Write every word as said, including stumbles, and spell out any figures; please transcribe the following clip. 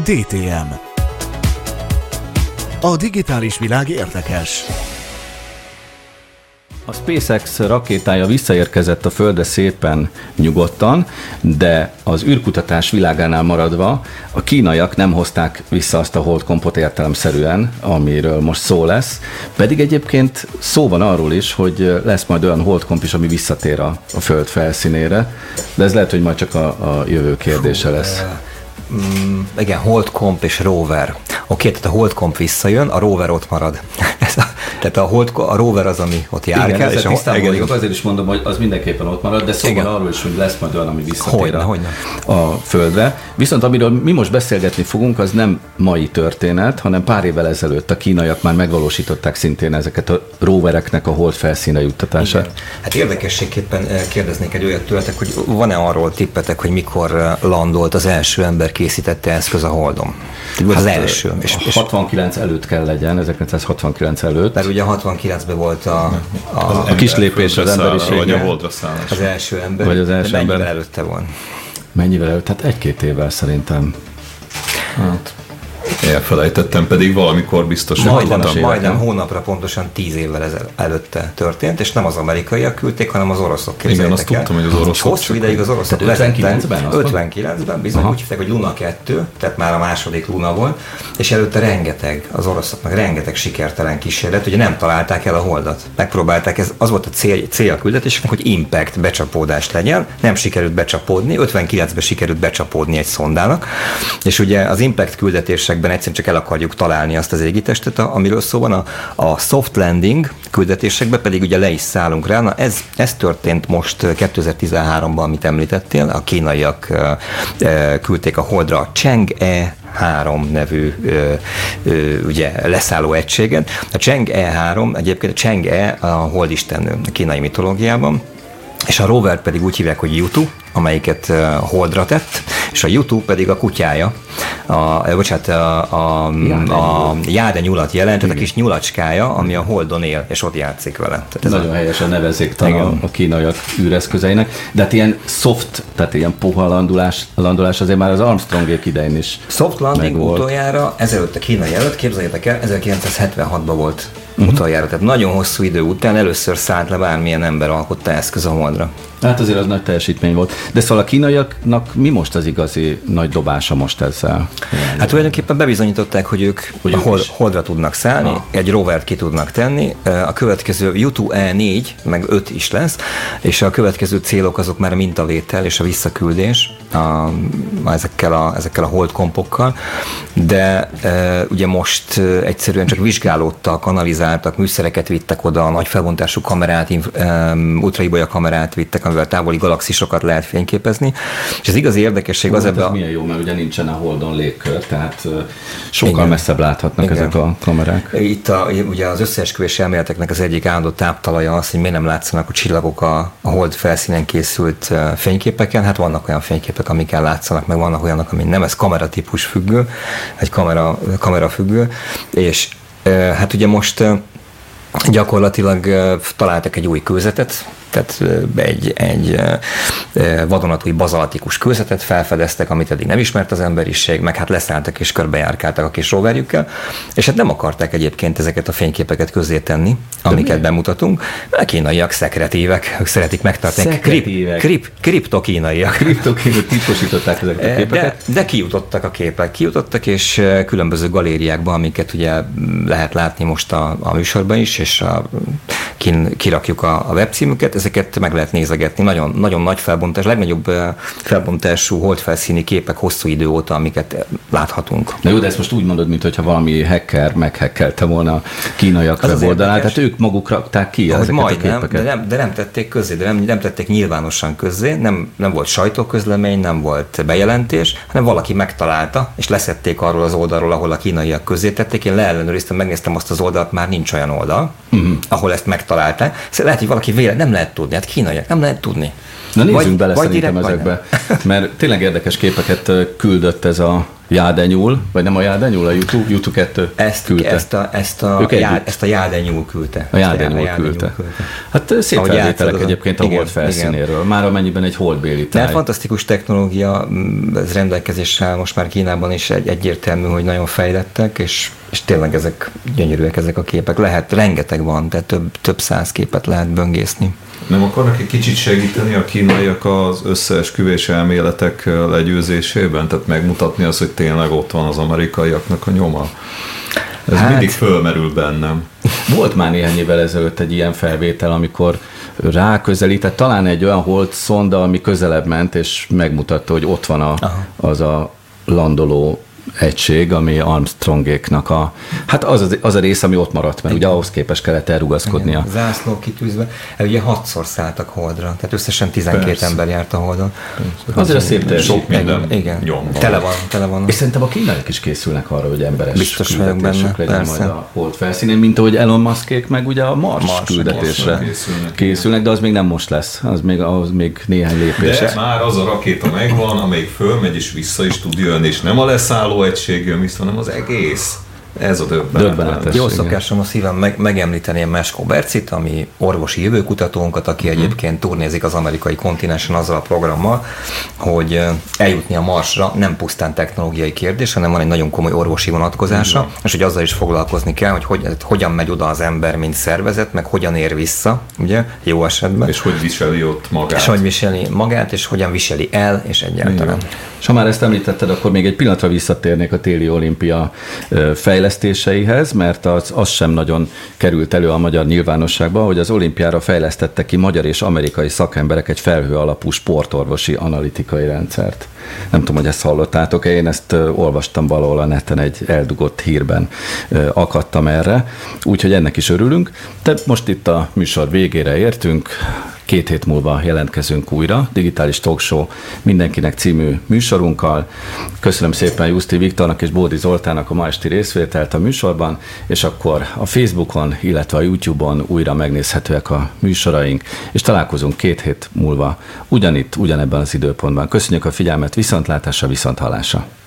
dé té em. A digitális világ érdekes. A SpaceX rakétája visszaérkezett a Földre szépen nyugodtan, de az űrkutatás világánál maradva a kínaiak nem hozták vissza azt a holdkompot értelemszerűen, amiről most szó lesz, pedig egyébként szó van arról is, hogy lesz majd olyan holdkomp is, ami visszatér a, a Föld felszínére, de ez lehet, hogy majd csak a, a jövő kérdése lesz. Mm, igen, holdkomp és rover. Oké, tehát a holdkomp visszajön, a rover ott marad. Ez a, tehát a, hold, a rover az, ami ott jár igen, kell. És a, igen, vagyok, azért is mondom, hogy az mindenképpen ott marad, de szóval arról is, hogy lesz majd olyan, ami visszatér hogyne, a, hogyne. a Földre. Viszont amiről mi most beszélgetni fogunk, az nem mai történet, hanem pár évvel ezelőtt a kínaiak már megvalósították szintén ezeket a rovereknek a hold felszínre juttatását. Igen. Hát érdekességképpen kérdeznék egy olyat tőletek, hogy van-e arról tippetek, hogy mikor landolt az első ember készítette eszköz a Holdon? Volt hát az első. És, és hatvankilenc előtt kell legyen, ezerkilencszázhatvankilenc előtt. Mert ugye hatvankilencben volt a, a, a kis lépés az emberiség. Vagy a holdra szállás. Az első ember. Vagy az első mennyivel ember. előtte van? Mennyivel előtt? Hát egy-két évvel szerintem. Hát. Elfelejtettem, pedig valamikor biztos, hogy majdnem, majdnem hónapra pontosan tíz évvel előtte történt, és nem az amerikaiak küldték, hanem az oroszok. Igen, azt tudtam, hogy az oroszok. Hosszú ideig az oroszok ötvenkilencben? ötvenkilencben bizony úgy hívták, hogy Luna kettő, tehát már a második Luna volt, és előtte rengeteg, az oroszoknak rengeteg sikertelen kísérlet, ugye nem találták el a holdat. Megpróbálták, ez az volt a cél, cél a küldetésnek, hogy impact, becsapódás legyen, nem sikerült becsapódni, ötvenkilencben sikerült becsapódni egy szondának, és ugye az impact küldetésekben egyszerűen csak el akarjuk találni azt az égitestet, amiről szó van, a, a soft landing küldetésekben pedig ugye le is szállunk rá. Na ez, ez történt most kétezer-tizenháromban, amit említettél, a kínaiak e, e, küldték a Holdra a Chang'e három nevű ö, ö, ugye, leszálló egységet. A Chang'e három, egyébként a Chang'e a holdistennő a kínai mitológiában, és a rover pedig úgy hívják, hogy Yutu, amelyiket uh, holdra tett, és a Yutu pedig a kutyája, a, bocsánat, a, a, a jáde nyulat jelent, tehát a kis nyulacskája, ami a holdon él, és ott játszik vele. Tehát ez nagyon a... helyesen nevezik talán a kínaiak űreszközeinek, de hát ilyen soft, tehát ilyen puha landulás, landulás azért már az Armstrongék idején is soft landing utoljára, ezelőtt a kínai előtt, képzeljétek el, ezerkilencszázhetvenhatban volt uh-huh. utoljára, tehát nagyon hosszú idő után először szállt le bármilyen ember alkotta eszköz a Holdra. Hát azért az nagy teljesítmény volt. De szóval a kínaiaknak mi most az igazi nagy dobása most ezzel? Hát tulajdonképpen bebizonyították, hogy ők hogy a hold, holdra tudnak szállni, ah. egy rovert ki tudnak tenni. A következő Yutu E négy, meg öt is lesz, és a következő célok azok már a mintavétel és a visszaküldés a, a, ezekkel, a, ezekkel a holdkompokkal. De e, ugye most egyszerűen csak vizsgálódtak, analizáltak, műszereket vittek oda, nagy felbontású kamerát, e, ultraibolya kamerát vittek, amivel távoli galaxisokat lehet fényképezni. És az igazi érdekesség az hát ebben... Ez a... milyen jó, mert ugye nincsen a Holdon légkör, tehát sokkal igen. messzebb láthatnak igen. ezek a kamerák. Itt a, ugye az összeesküvés elméleteknek az egyik állandó táptalaja az, hogy miért nem látszanak a csillagok a, a Hold felszínen készült fényképeken. Hát vannak olyan fényképek, amikkel látszanak, meg vannak olyanok, amik nem. Ez kameratípus függő, egy kamera, kamera függő, és hát ugye most gyakorlatilag találtak egy új kőzetet, tehát egy, egy vadonatúj bazaltikus kőzetet felfedeztek, amit eddig nem ismert az emberiség, meg hát leszálltak és körbejárkáltak a kis roverjükkel, és hát nem akarták egyébként ezeket a fényképeket közzétenni, amiket bemutatunk, mert a kínaiak szekretívek, ők szeretik megtartani. Szekretívek. Krip, kriptokínaiak. Kriptokínaiak, titkosították ezeket a képeket. De, de kijutottak a képek, kijutottak, és különböző galériákban, amiket ugye lehet látni most a, a műsorban is, és a, kin, kirakjuk a, a webcímüket, ezeket meg lehet nézegetni. Nagyon, nagyon nagy felbontás, legnagyobb felbontású holdfelszíni képek hosszú idő óta, amiket láthatunk. Na jó, de ezt most úgy mondod, mintha valami hacker meghackelte volna a kínaiak weboldalát, tehát ők maguk rakták ki ezeket majdnem, a képeket. De nem, de nem tették közzé, de nem, nem tették nyilvánosan közzé, nem, nem volt sajtóközlemény, nem volt bejelentés, hanem valaki megtalálta, és leszették arról az oldalról, ahol a kínaiak közzé tették. Én leellenőriztem, megnéztem azt az oldalt, már nincs olyan oldal, uh-huh. ahol ezt megtalálták. Szóval lehet, hogy valaki véle, nem lehet tudni, hát kínaiak, nem lehet tudni. Na nézzünk vagy, bele vagy szerintem direkt, ezekbe, mert tényleg érdekes képeket küldött ez a Jádenyúl, vagy nem a Jádenyúl, a YouTube, YouTube kettő ezt, küldte. Ezt a, ezt a, já, ezt a Jádenyúl küldte. A Jádenyúl küldte. küldte. Hát szép felvételek egyébként a igen, hold felszínéről, igen. Már amennyiben egy holdbéli táj. De fantasztikus technológia, ez rendelkezéssel most már Kínában is egy, egyértelmű, hogy nagyon fejlettek, és, és tényleg ezek gyönyörűek ezek a képek. Lehet, rengeteg van, tehát több, több száz képet lehet böngészni. Nem akarnak egy kicsit segíteni a kínaiak az összeesküvés elméletek legyőzésében? Tehát megmutatni azt, hogy tényleg ott van az amerikaiaknak a nyoma? Ez hát, mindig fölmerül bennem. Volt már néhány évvel ezelőtt egy ilyen felvétel, amikor ráközelített, talán egy olyan hold szonda, ami közelebb ment, és megmutatta, hogy ott van a, az a landoló egység, ami Armstrongéknak a, hát az, az, az a rész, ami ott maradt, mert igen. ugye ahhoz képest kellett elrugaszkodnia. Igen. Zászló kitűzve, ugye hatszor szálltak holdra, tehát összesen tizenkét Persze. ember járt a holdon. Persze. Azért a szép teljesít. Sok minden igen. Nyom, tele van, tele van. És szerintem a kínaiak is készülnek arra, hogy emberes biztos küldetések legyen majd a hold felszínén, mint ahogy Elon Muskék meg ugye a Mars, Mars küldetésre készülnek, készülnek, de az még nem most lesz, az még, ahhoz még néhány lépés. De már az a rakéta megvan, amelyik fölmegy és vissza is tud jönni, és nem a leszálló egység jön vissza, hanem az egész. Ez a döbbenetes. Jó szokásom a szívem meg, megemlíteni Meskó Bercit, ami orvosi jövőkutatónkat, aki uh-huh. egyébként turnézik az amerikai kontinensen azzal a programmal, hogy eljutni a Marsra nem pusztán technológiai kérdés, hanem van egy nagyon komoly orvosi vonatkozása, uh-huh. és hogy azzal is foglalkozni kell, hogy, hogy hogyan megy oda az ember, mint szervezet, meg hogyan ér vissza, ugye, jó esetben. És hogy viseli ott magát. És hogy viseli magát, és hogyan viseli el, és egyáltalán. Igen. És ha már ezt említetted, akkor még egy pillanatra visszatérnék a téli olimpia fejlesztéseihez, mert az, az sem nagyon került elő a magyar nyilvánosságba, hogy az olimpiára fejlesztettek ki magyar és amerikai szakemberek egy felhő alapú sportorvosi analitikai rendszert. Nem tudom, hogy ezt hallottátok-e, én ezt olvastam valahol a neten, egy eldugott hírben akadtam erre, úgyhogy ennek is örülünk. De most itt a műsor végére értünk, két hét múlva jelentkezünk újra, Digitális Talkshow mindenkinek című műsorunkkal. Köszönöm szépen Juszti Viktornak és Bódi Zoltánnak a ma esti részvételt a műsorban, és akkor a Facebookon, illetve a YouTube-on újra megnézhetőek a műsoraink, és találkozunk két hét múlva ugyanitt, ugyanebben az időpontban. Köszönjük a figyelmet, viszontlátásra, viszonthallásra!